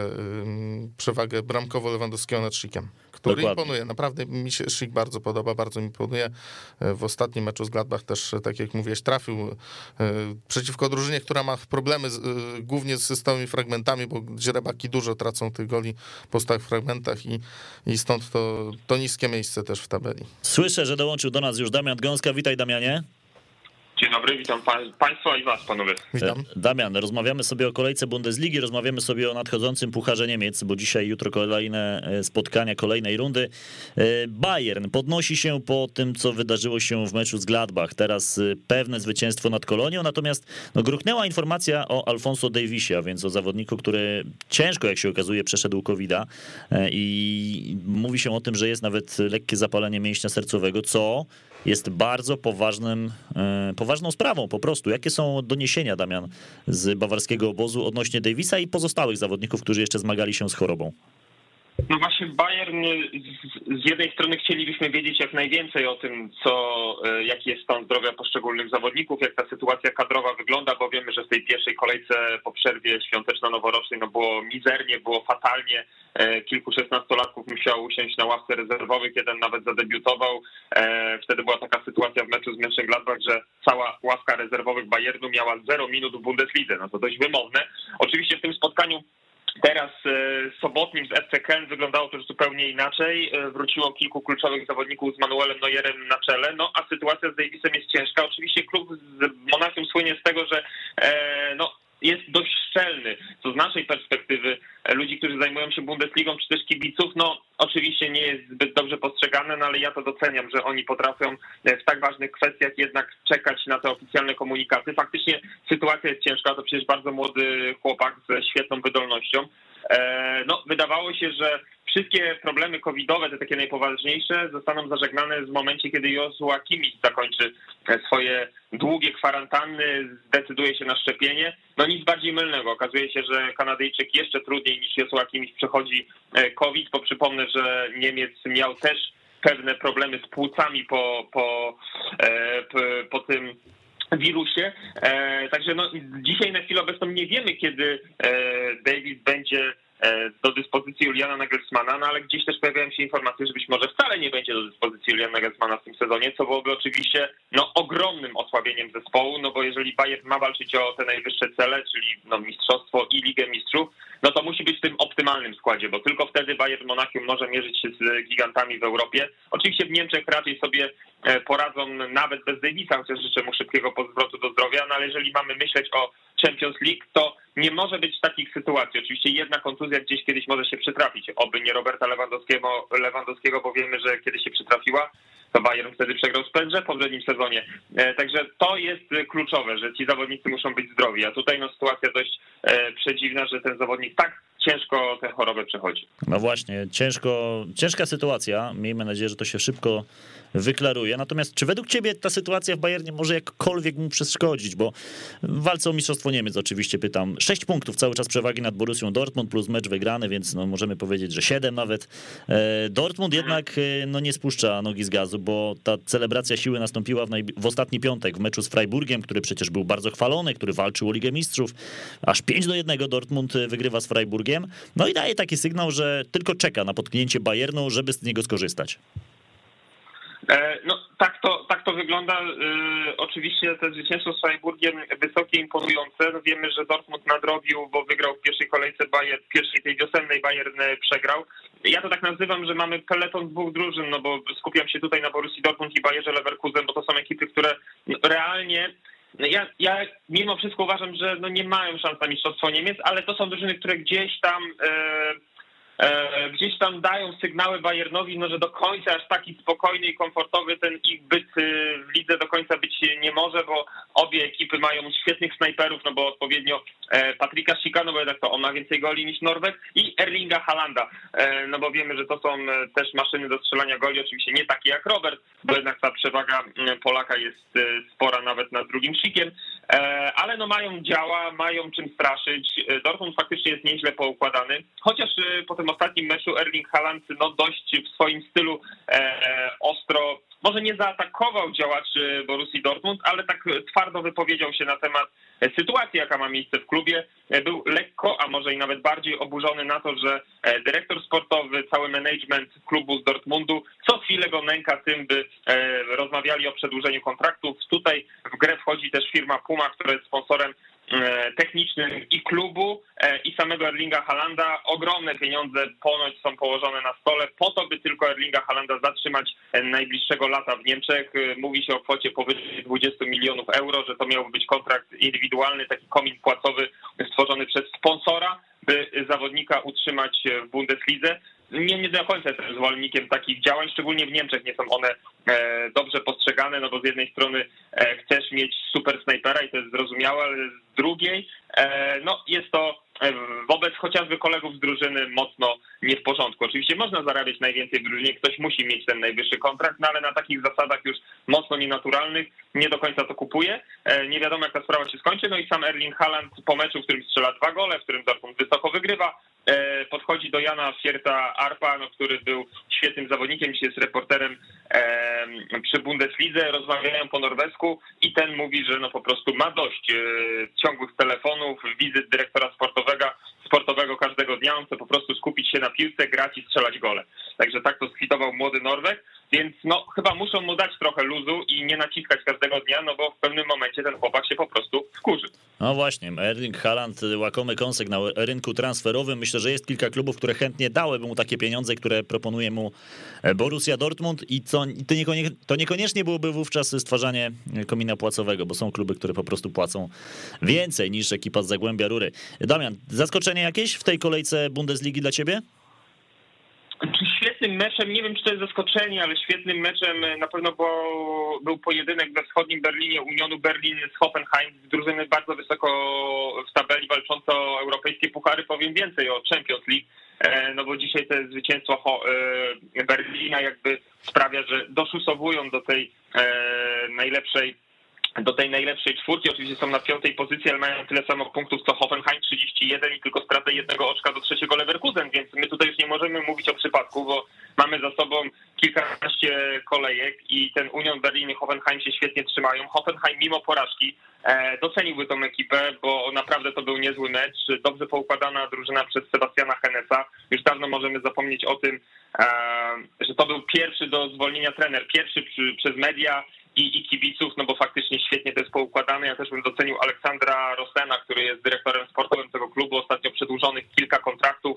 przewagę bramkowo-Lewandowskiego nad Schikiem, który
Dokładnie.
Imponuje. Naprawdę mi się Schick bardzo podoba, bardzo mi imponuje. W ostatnim meczu z Gladbach też, tak jak mówiłeś, trafił przeciwko drużynie, która ma problemy głównie z stałymi fragmentami, bo gdzie rybaki dużo tracą tych goli po stałych fragmentach i stąd to niskie miejsce też w tabeli.
Słyszę, że dołączył do nas już Damian Gąska. Witaj, Damianie.
Dzień dobry, witam Państwa i Was, panowie.
Witam.
Damian, rozmawiamy sobie o kolejce Bundesligi, rozmawiamy sobie o nadchodzącym Pucharze Niemiec, bo dzisiaj, jutro kolejne spotkania kolejnej rundy. Bayern podnosi się po tym, co wydarzyło się w meczu z Gladbach. Teraz pewne zwycięstwo nad Kolonią, natomiast gruchnęła informacja o Alfonso Davisie, a więc o zawodniku, który ciężko, jak się okazuje, przeszedł COVID-a i mówi się o tym, że jest nawet lekkie zapalenie mięśnia sercowego, co jest bardzo poważną sprawą po prostu. Jakie są doniesienia, Damian, z bawarskiego obozu odnośnie Davisa i pozostałych zawodników, którzy jeszcze zmagali się z chorobą?
No właśnie Bayern, z jednej strony chcielibyśmy wiedzieć jak najwięcej o tym, jaki jest stan zdrowia poszczególnych zawodników, jak ta sytuacja kadrowa wygląda, bo wiemy, że w tej pierwszej kolejce po przerwie świąteczno-noworocznej było mizernie, było fatalnie. Kilku 16-latków musiało usiąść na ławce rezerwowych, jeden nawet zadebiutował. Wtedy była taka sytuacja w meczu z Mönchengladbach, że cała ławka rezerwowych Bayernu miała 0 minut w Bundeslidze. No to dość wymowne. Oczywiście w tym spotkaniu teraz sobotnim z FC Köln wyglądało to już zupełnie inaczej. Wróciło kilku kluczowych zawodników z Manuelem Neuerem na czele, a sytuacja z Davisem jest ciężka. Oczywiście klub z Monachium słynie z tego, że jest dość szczelny, co z naszej perspektywy ludzi, którzy zajmują się Bundesligą, czy też kibiców, no oczywiście nie jest zbyt dobrze postrzegane, no ale ja to doceniam, że oni potrafią w tak ważnych kwestiach jednak czekać na te oficjalne komunikaty. Faktycznie sytuacja jest ciężka, to przecież bardzo młody chłopak ze świetną wydolnością. No, wydawało się, że wszystkie problemy covidowe, te takie najpoważniejsze, zostaną zażegnane w momencie, kiedy Joshua Kimmich zakończy swoje długie kwarantanny, zdecyduje się na szczepienie. No nic bardziej mylnego. Okazuje się, że Kanadyjczyk jeszcze trudniej niż Joshua Kimmich przechodzi COVID, bo przypomnę, że Niemiec miał też pewne problemy z płucami po tym wirusie. Także no, dzisiaj na chwilę obecną nie wiemy, kiedy Davis będzie do dyspozycji Juliana Nagelsmana, no ale gdzieś też pojawiają się informacje, że być może wcale nie będzie do dyspozycji Juliana Nagelsmana w tym sezonie, co byłoby oczywiście no, ogromnym osłabieniem zespołu, no bo jeżeli Bayern ma walczyć o te najwyższe cele, czyli no, mistrzostwo i Ligę Mistrzów, no to musi być w tym optymalnym składzie, bo tylko wtedy Bayern Monachium może mierzyć się z gigantami w Europie. Oczywiście w Niemczech raczej sobie poradzą nawet bez Davisa, chociaż życzę mu szybkiego powrotu do zdrowia, no ale jeżeli mamy myśleć o Champions League, to nie może być takich sytuacji. Oczywiście jedna kontuzja gdzieś kiedyś może się przytrafić, oby nie Roberta Lewandowskiego, bo wiemy, że kiedy się przytrafiła, to Bayern wtedy przegrał z PSG w poprzednim sezonie. Także to jest kluczowe, że ci zawodnicy muszą być zdrowi, a tutaj no, sytuacja dość przedziwna, że ten zawodnik tak ciężko tę chorobę przechodzi.
No właśnie, ciężka sytuacja. Miejmy nadzieję, że to się szybko wyklaruje. Natomiast czy według ciebie ta sytuacja w Bayernie może jakkolwiek mu przeszkodzić? Bo w walce o mistrzostwo Niemiec oczywiście pytam. 6 punktów cały czas przewagi nad Borussią Dortmund plus mecz wygrany, więc no możemy powiedzieć, że 7 nawet. Dortmund jednak no nie spuszcza nogi z gazu, bo ta celebracja siły nastąpiła w ostatni piątek w meczu z Freiburgiem, który przecież był bardzo chwalony, który walczył o Ligę Mistrzów. Aż 5-1 Dortmund wygrywa z Freiburgiem. No i daje taki sygnał, że tylko czeka na potknięcie Bayernu, żeby z niego skorzystać.
No tak to wygląda. Oczywiście to zwycięstwo z Freiburgiem wysokie, imponujące. No, wiemy, że Dortmund nadrobił, bo wygrał w pierwszej kolejce Bayern, pierwszej tej wiosennej Bayern przegrał. Ja to tak nazywam, że mamy peleton dwóch drużyn, no bo skupiam się tutaj na Borussii Dortmund i Bayerze Leverkusen, bo to są ekipy, które realnie ja mimo wszystko uważam, że no nie mają szans na mistrzostwo Niemiec, ale to są drużyny, które gdzieś tam dają sygnały Bayernowi, no, że do końca aż taki spokojny i komfortowy ten ich byt w lidze do końca być nie może, bo obie ekipy mają świetnych snajperów, no bo odpowiednio Patryka Schicka, no bo jednak to on ma więcej goli niż Norweg, i Erlinga Haalanda, no bo wiemy, że to są też maszyny do strzelania goli, oczywiście nie takie jak Robert, bo jednak ta przewaga Polaka jest spora nawet nad drugim Schickiem, ale no mają działa, mają czym straszyć. Dortmund faktycznie jest nieźle poukładany, chociaż po tym ostatnim meczu Erling Haaland no dość w swoim stylu ostro, może nie zaatakował działaczy Borussii Dortmund, ale tak twardo wypowiedział się na temat sytuacji, jaka ma miejsce w klubie. Był lekko, a może i nawet bardziej oburzony na to, że dyrektor sportowy, cały management klubu z Dortmundu co chwilę go nęka tym, by rozmawiali o przedłużeniu kontraktów. Tutaj w grę wchodzi też firma Puma, która jest sponsorem technicznym i klubu, i samego Erlinga Haalanda. Ogromne pieniądze ponoć są położone na stole po to, by tylko Erlinga Haalanda zatrzymać najbliższego lata w Niemczech. Mówi się o kwocie powyżej 20 milionów euro, że to miałby być kontrakt indywidualny, taki komin płacowy stworzony przez sponsora, by zawodnika utrzymać w Bundeslidze. Nie do końca jestem zwolennikiem takich działań, szczególnie w Niemczech nie są one dobrze postrzegane, no bo z jednej strony chcesz mieć super snajpera i to jest zrozumiałe, ale z drugiej no jest to wobec chociażby kolegów z drużyny mocno nie w porządku. Oczywiście można zarabiać najwięcej w drużynie, ktoś musi mieć ten najwyższy kontrakt, no ale na takich zasadach już mocno nienaturalnych nie do końca to kupuje. Nie wiadomo, jak ta sprawa się skończy, no i sam Erling Haaland po meczu, w którym strzela 2 gole, w którym Dortmund wysoko wygrywa, podchodzi do Jana Fierta-Arpa, no, który był świetnym zawodnikiem, dzisiaj jest reporterem przy Bundeslidze, rozmawiają po norwesku i ten mówi, że no po prostu ma dość ciągłych telefonów, wizyt dyrektora sportowego każdego dnia, on chce po prostu skupić się na piłce, grać i strzelać gole. Także tak to skwitował młody Norweg, więc no chyba muszą mu dać trochę luzu i nie naciskać każdego dnia, no bo w pewnym momencie ten chłopak się po prostu wkurzy.
No właśnie, Erling Haaland, łakomy kąsek na rynku transferowym. Myślę, że jest kilka klubów, które chętnie dałyby mu takie pieniądze, które proponuje mu Borussia Dortmund i to niekoniecznie byłoby wówczas stwarzanie komina płacowego, bo są kluby, które po prostu płacą więcej niż ekipa z Zagłębia Rury. Damian, zaskoczenie jakieś w tej kolejce Bundesligi dla ciebie?
Świetnym meczem, nie wiem czy to jest zaskoczenie, ale świetnym meczem na pewno był pojedynek we wschodnim Berlinie Unionu Berlin z Hoffenheim, drużyny bardzo wysoko w tabeli walczące o europejskie puchary, powiem więcej o Champions League, no bo dzisiaj to zwycięstwo Berlina jakby sprawia, że doszusowują do tej najlepszej czwórki. Oczywiście są na 5. pozycji, ale mają tyle samo punktów co Hoffenheim, 31 i tylko stratę 1 oczka do 3. Leverkusen, więc my tutaj już nie możemy mówić o przypadku, bo mamy za sobą kilkanaście kolejek i ten Union Berlin i Hoffenheim się świetnie trzymają. Hoffenheim mimo porażki doceniłby tą ekipę, bo naprawdę to był niezły mecz. Dobrze poukładana drużyna przez Sebastiana Hennesa. Już dawno możemy zapomnieć o tym, że to był pierwszy do zwolnienia trener, pierwszy przez media i kibiców, no bo faktycznie świetnie to jest poukładane. Ja też bym docenił Aleksandra Rosena, który jest dyrektorem sportowym tego klubu, ostatnio przedłużonych kilka kontraktów,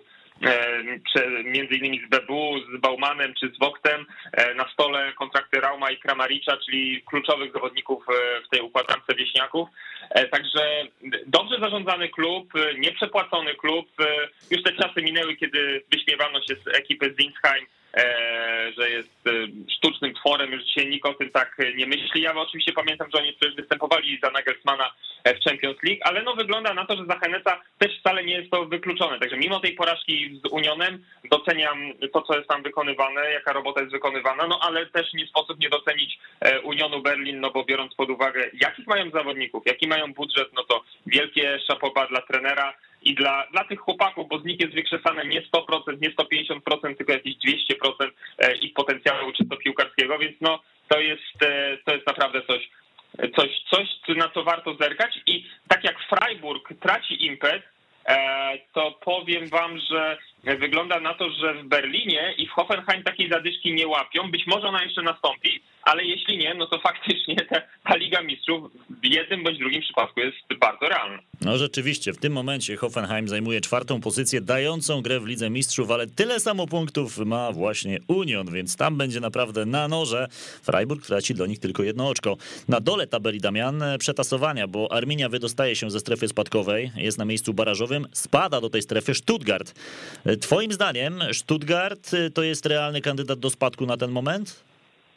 między innymi z BBU, z Baumanem czy z Vogtem. Na stole kontrakty Rauma i Kramaricza, czyli kluczowych zawodników w tej układance wieśniaków. Także dobrze zarządzany klub, nieprzepłacony klub. Już te czasy minęły, kiedy wyśmiewano się z ekipy z Dinsheim, że jest sztucznym tworem, już dzisiaj nikt o tym tak nie myśli. Ja oczywiście pamiętam, że oni przecież występowali za Nagelsmana w Champions League, ale no wygląda na to, że za Hennesa też wcale nie jest to wykluczone. Także mimo tej porażki z Unionem doceniam to, co jest tam wykonywane, jaka robota jest wykonywana, no ale też nie sposób nie docenić Unionu Berlin, no bo biorąc pod uwagę, jakich mają zawodników, jaki mają budżet, no to wielkie chapeau dla trenera i dla tych chłopaków, bo z nich jest wykrzesane nie 100%, nie 150%, tylko jakieś 200% ich potencjału czysto piłkarskiego, więc no to jest naprawdę coś, na co warto zerkać. I tak jak Freiburg traci impet, to powiem wam, że wygląda na to, że w Berlinie i w Hoffenheim takiej zadyszki nie łapią. Być może ona jeszcze nastąpi, ale jeśli nie, no to faktycznie ta Liga Mistrzów w jednym bądź drugim przypadku jest bardzo realna.
No rzeczywiście, w tym momencie Hoffenheim zajmuje 4. pozycję, dającą grę w Lidze Mistrzów, ale tyle samo punktów ma właśnie Union, więc tam będzie naprawdę na noże. Freiburg traci do nich tylko 1 oczko. Na dole tabeli, Damian, przetasowania, bo Arminia wydostaje się ze strefy spadkowej, jest na miejscu barażowym, spada do tej strefy Stuttgart. Twoim zdaniem Stuttgart to jest realny kandydat do spadku na ten moment?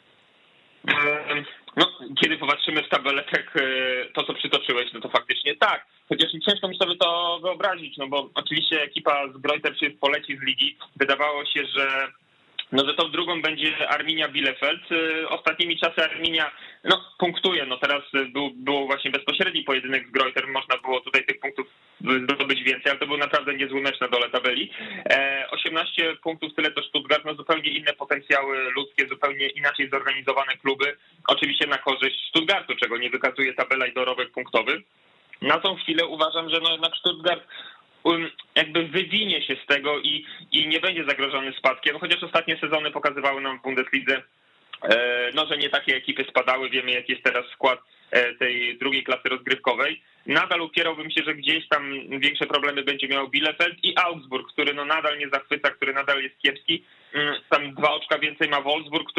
No, kiedy popatrzymy w tabelę, tak to co przytoczyłeś, no to faktycznie tak. Chociaż ciężko mi sobie to wyobrazić, no bo oczywiście ekipa z Greuther poleci z ligi. Wydawało się, że tą drugą będzie Arminia Bielefeld. Ostatnimi czasy Arminia punktuje. No teraz było właśnie bezpośredni pojedynek z Greuther. Można było tutaj tych punktów zdobyć więcej, ale to był naprawdę niezły mecz na dole tabeli. 18 punktów, tyle co Stuttgart, no zupełnie inne potencjały ludzkie, zupełnie inaczej zorganizowane kluby. Oczywiście na korzyść Stuttgartu, czego nie wykazuje tabela i dorobek punktowy. Na tą chwilę uważam, że jednak Stuttgart jakby wywinie się z tego i nie będzie zagrożony spadkiem, chociaż ostatnie sezony pokazywały nam w Bundeslidze, że nie takie ekipy spadały. Wiemy, jaki jest teraz skład tej drugiej klasy rozgrywkowej. Nadal upierałbym się, że gdzieś tam większe problemy będzie miał Bielefeld i Augsburg, który nadal nie zachwyca, który nadal jest kiepski. Tam 2 oczka więcej ma Wolfsburg,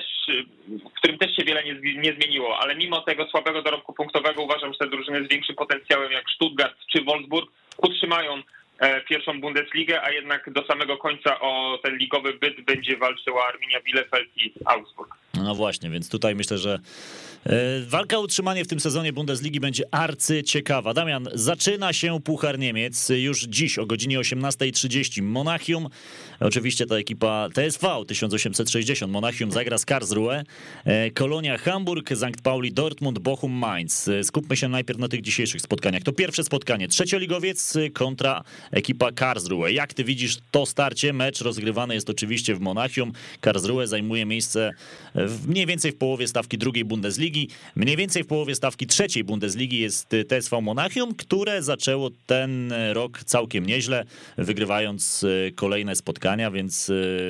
w którym też się wiele nie zmieniło, ale mimo tego słabego dorobku punktowego uważam, że te drużyny z większym potencjałem jak Stuttgart czy Wolfsburg utrzymają pierwszą Bundesligę, a jednak do samego końca o ten ligowy byt będzie walczyła Arminia Bielefeld i Augsburg.
No właśnie, więc tutaj myślę, że walka o utrzymanie w tym sezonie Bundesligi będzie arcyciekawa. Damian, zaczyna się Puchar Niemiec już dziś o godzinie 18:30. Monachium, oczywiście ta ekipa TSV 1860, Monachium zagra z Karlsruhe, Kolonia Hamburg, Sankt Pauli Dortmund, Bochum Mainz. Skupmy się najpierw na tych dzisiejszych spotkaniach. To pierwsze spotkanie, trzecioligowiec kontra ekipa Karlsruhe. Jak ty widzisz to starcie? Mecz rozgrywany jest oczywiście w Monachium. Karlsruhe zajmuje miejsce mniej więcej w połowie stawki drugiej Bundesligi. Mniej więcej w połowie stawki trzeciej Bundesligi jest TSV Monachium, które zaczęło ten rok całkiem nieźle, wygrywając kolejne spotkania, więc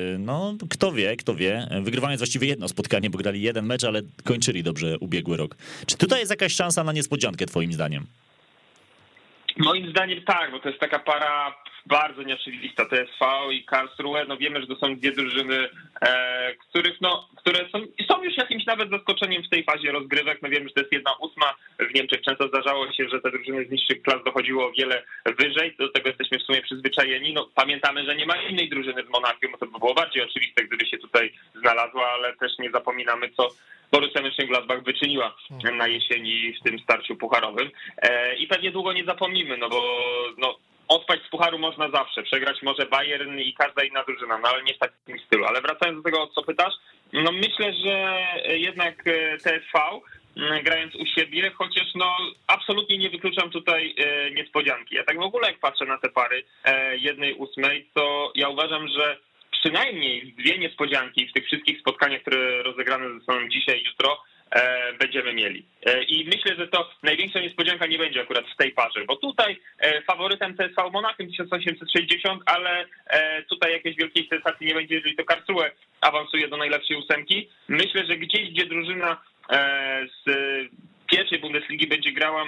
kto wie, wygrywając właściwie jedno spotkanie, bo grali jeden mecz, ale kończyli dobrze ubiegły rok. Czy tutaj jest jakaś szansa na niespodziankę twoim zdaniem?
Moim zdaniem tak, bo to jest taka para bardzo nieoczywista. TSV i Karlsruhe, no wiemy, że to są dwie drużyny, które są już jakimś nawet zaskoczeniem w tej fazie rozgrywek. No wiemy, że to jest 1/8. W Niemczech często zdarzało się, że te drużyny z niższych klas dochodziło o wiele wyżej. Do tego jesteśmy w sumie przyzwyczajeni. No pamiętamy, że nie ma innej drużyny z Monachium, to by było bardziej oczywiste, gdyby się tutaj znalazła, ale też nie zapominamy, co Borussia Mönchengladbach wyczyniła na jesieni w tym starciu pucharowym. I pewnie długo nie zapomnimy, no bo odpaść z pucharu można zawsze, przegrać może Bayern i każda inna drużyna, no ale nie w takim stylu. Ale wracając do tego, o co pytasz, no myślę, że jednak TSV grając u siebie, chociaż absolutnie nie wykluczam tutaj niespodzianki. Ja tak w ogóle jak patrzę na te pary 1/8, to ja uważam, że przynajmniej dwie niespodzianki w tych wszystkich spotkaniach, które rozegrane zostaną dzisiaj i jutro, będziemy mieli. I myślę, że to największa niespodzianka nie będzie akurat w tej parze, bo tutaj faworytem TSV Monachium 1860, ale tutaj jakiejś wielkiej sensacji nie będzie, jeżeli to Karlsruhe awansuje do najlepszej ósemki. Myślę, że gdzieś, gdzie drużyna z pierwszej Bundesligi będzie grała,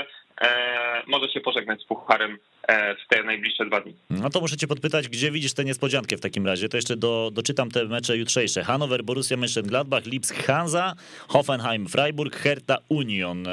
może się pożegnać z pucharem w te najbliższe 2 dni.
No to muszę cię podpytać, gdzie widzisz tę niespodziankę w takim razie? To jeszcze doczytam te mecze jutrzejsze. Hannover, Borussia Mönchengladbach, Lipsk, Hansa, Hoffenheim, Freiburg, Hertha, Union.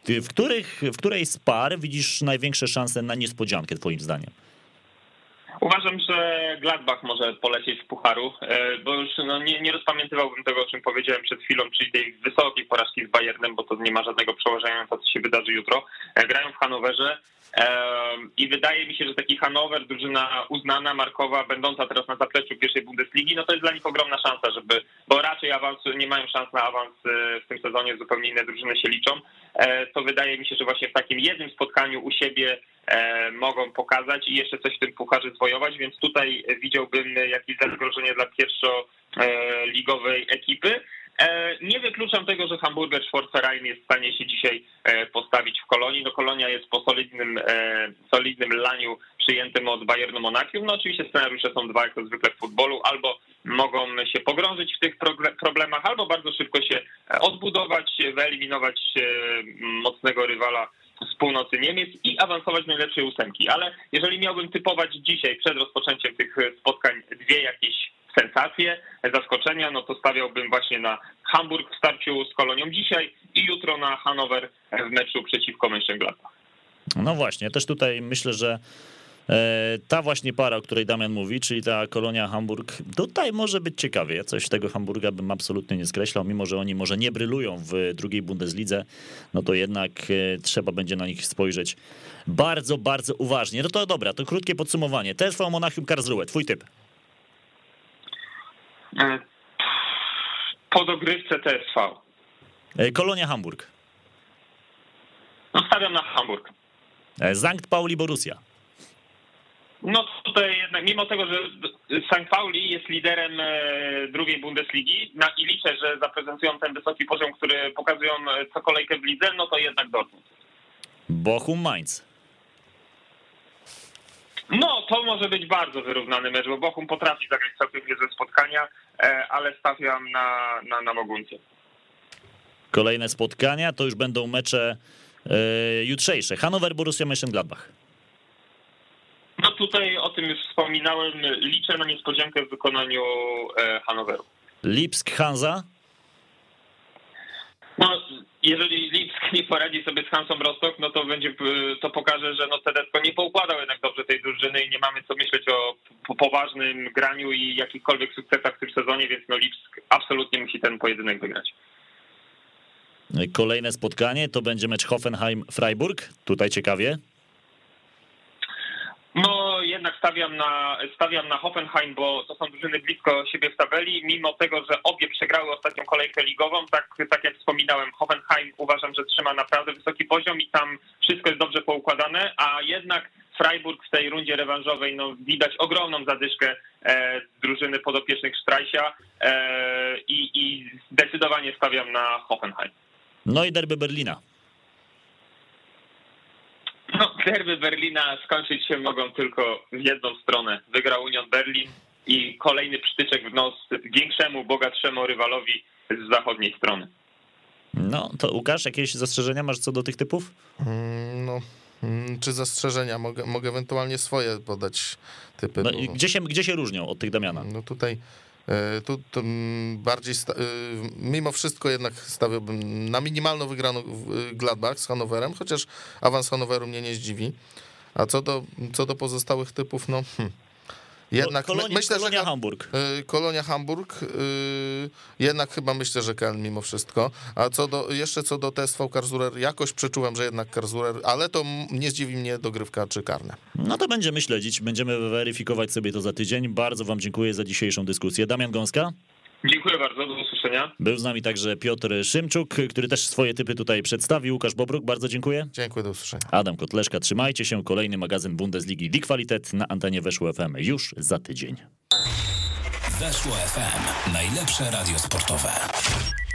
W której z par widzisz największe szanse na niespodziankę twoim zdaniem?
Uważam, że Gladbach może polecieć w pucharu, bo już nie rozpamiętywałbym tego, o czym powiedziałem przed chwilą, czyli tej wysokiej porażki z Bayernem, bo to nie ma żadnego przełożenia na to, co się wydarzy jutro. Grają w Hannoverze i wydaje mi się, że taki Hannover, drużyna uznana, markowa, będąca teraz na zapleczu pierwszej Bundesligi, no to jest dla nich ogromna szansa, bo raczej nie mają szans na awans w tym sezonie, zupełnie inne drużyny się liczą. To wydaje mi się, że właśnie w takim jednym spotkaniu u siebie mogą pokazać i jeszcze coś w tym pucharze zwojować, więc tutaj widziałbym jakieś zagrożenie dla pierwszoligowej ekipy. Nie wykluczam tego, że Hamburger Sportverein jest w stanie się dzisiaj postawić w Kolonii. No Kolonia jest po solidnym laniu przyjętym od Bayernu Monachium. No oczywiście scenariusze są dwa, jak to zwykle w futbolu. Albo mogą się pogrążyć w tych problemach, albo bardzo szybko się odbudować, wyeliminować mocnego rywala z północy Niemiec i awansować do najlepszej ósemki. Ale jeżeli miałbym typować dzisiaj przed rozpoczęciem tych spotkań dwie jakieś sensacje, zaskoczenia, no to stawiałbym właśnie na Hamburg w starciu z Kolonią dzisiaj i jutro na Hannover w meczu przeciwko Mönchengladbach.
No właśnie, też tutaj myślę, że ta właśnie para, o której Damian mówi, czyli ta Kolonia-Hamburg, tutaj może być ciekawie. Ja coś tego Hamburga bym absolutnie nie skreślał, mimo że oni może nie brylują w drugiej Bundeslidze, no to jednak trzeba będzie na nich spojrzeć bardzo, bardzo uważnie. No to dobra, to krótkie podsumowanie. TSV Monachium, Karlsruhe, twój typ?
Po dogrywce TSV.
Kolonia-Hamburg.
No stawiam na Hamburg.
Sankt Pauli, Borussia.
No tutaj jednak, mimo tego, że St. Pauli jest liderem drugiej Bundesligi i liczę, że zaprezentują ten wysoki poziom, który pokazują co kolejkę w lidze, no to jednak Dortmund.
Bochum, Mainz.
No to może być bardzo wyrównany mecz, bo Bochum potrafi zagrać całkiem niezłe spotkania, ale stawiam na Moguncie.
Kolejne spotkania to już będą mecze jutrzejsze. Hannover, Borussia Mönchengladbach.
No tutaj o tym już wspominałem. Liczę na niespodziankę w wykonaniu Hannoveru.
Lipsk, Hansa?
No, jeżeli Lipsk nie poradzi sobie z Hansą Rostock, no to pokaże, że Tedesco nie poukładał jednak dobrze tej drużyny i nie mamy co myśleć o poważnym graniu i jakichkolwiek sukcesach w tym sezonie, więc Lipsk absolutnie musi ten pojedynek wygrać.
Kolejne spotkanie to będzie mecz Hoffenheim-Freiburg. Tutaj ciekawie.
No jednak stawiam na Hoffenheim, bo to są drużyny blisko siebie w tabeli, mimo tego, że obie przegrały ostatnią kolejkę ligową, tak jak wspominałem, Hoffenheim uważam, że trzyma naprawdę wysoki poziom i tam wszystko jest dobrze poukładane, a jednak Freiburg w tej rundzie rewanżowej widać ogromną zadyszkę drużyny podopiecznych Streisia i zdecydowanie stawiam na Hoffenheim.
No i derby Berlina.
No, derby Berlina skończyć się mogą tylko w jedną stronę. Wygra Union Berlin i kolejny przytyczek w nos większemu, bogatszemu rywalowi z zachodniej strony.
No, to Łukasz, jakieś zastrzeżenia masz co do tych typów?
No, Czy zastrzeżenia? Mogę ewentualnie swoje podać typy.
No, gdzie się różnią od tych Damiana?
No tutaj tu bardziej mimo wszystko jednak stawiałbym na minimalną wygraną Gladbach z Hannoverem, chociaż awans Hannoveru mnie nie zdziwi. A co do pozostałych typów, no jednak
Kolonia Hamburg.
Kolonia Hamburg, jednak chyba myślę, że Köln mimo wszystko. A co do TSV Karlsruhe, jakoś przeczuwam, że jednak Karlsruhe, ale to nie zdziwi mnie dogrywka czy karne.
No to będziemy śledzić, będziemy weryfikować sobie to za tydzień. Bardzo wam dziękuję za dzisiejszą dyskusję. Damian Gąska.
Dziękuję bardzo, do usłyszenia.
Był z nami także Piotr Szymczuk, który też swoje typy tutaj przedstawił. Łukasz Bobruk, bardzo dziękuję.
Dziękuję, do usłyszenia.
Adam Kotleszka, trzymajcie się. Kolejny magazyn Bundesligi Die Qualität na antenie Weszło FM już za tydzień.
Weszło FM. Najlepsze radio sportowe.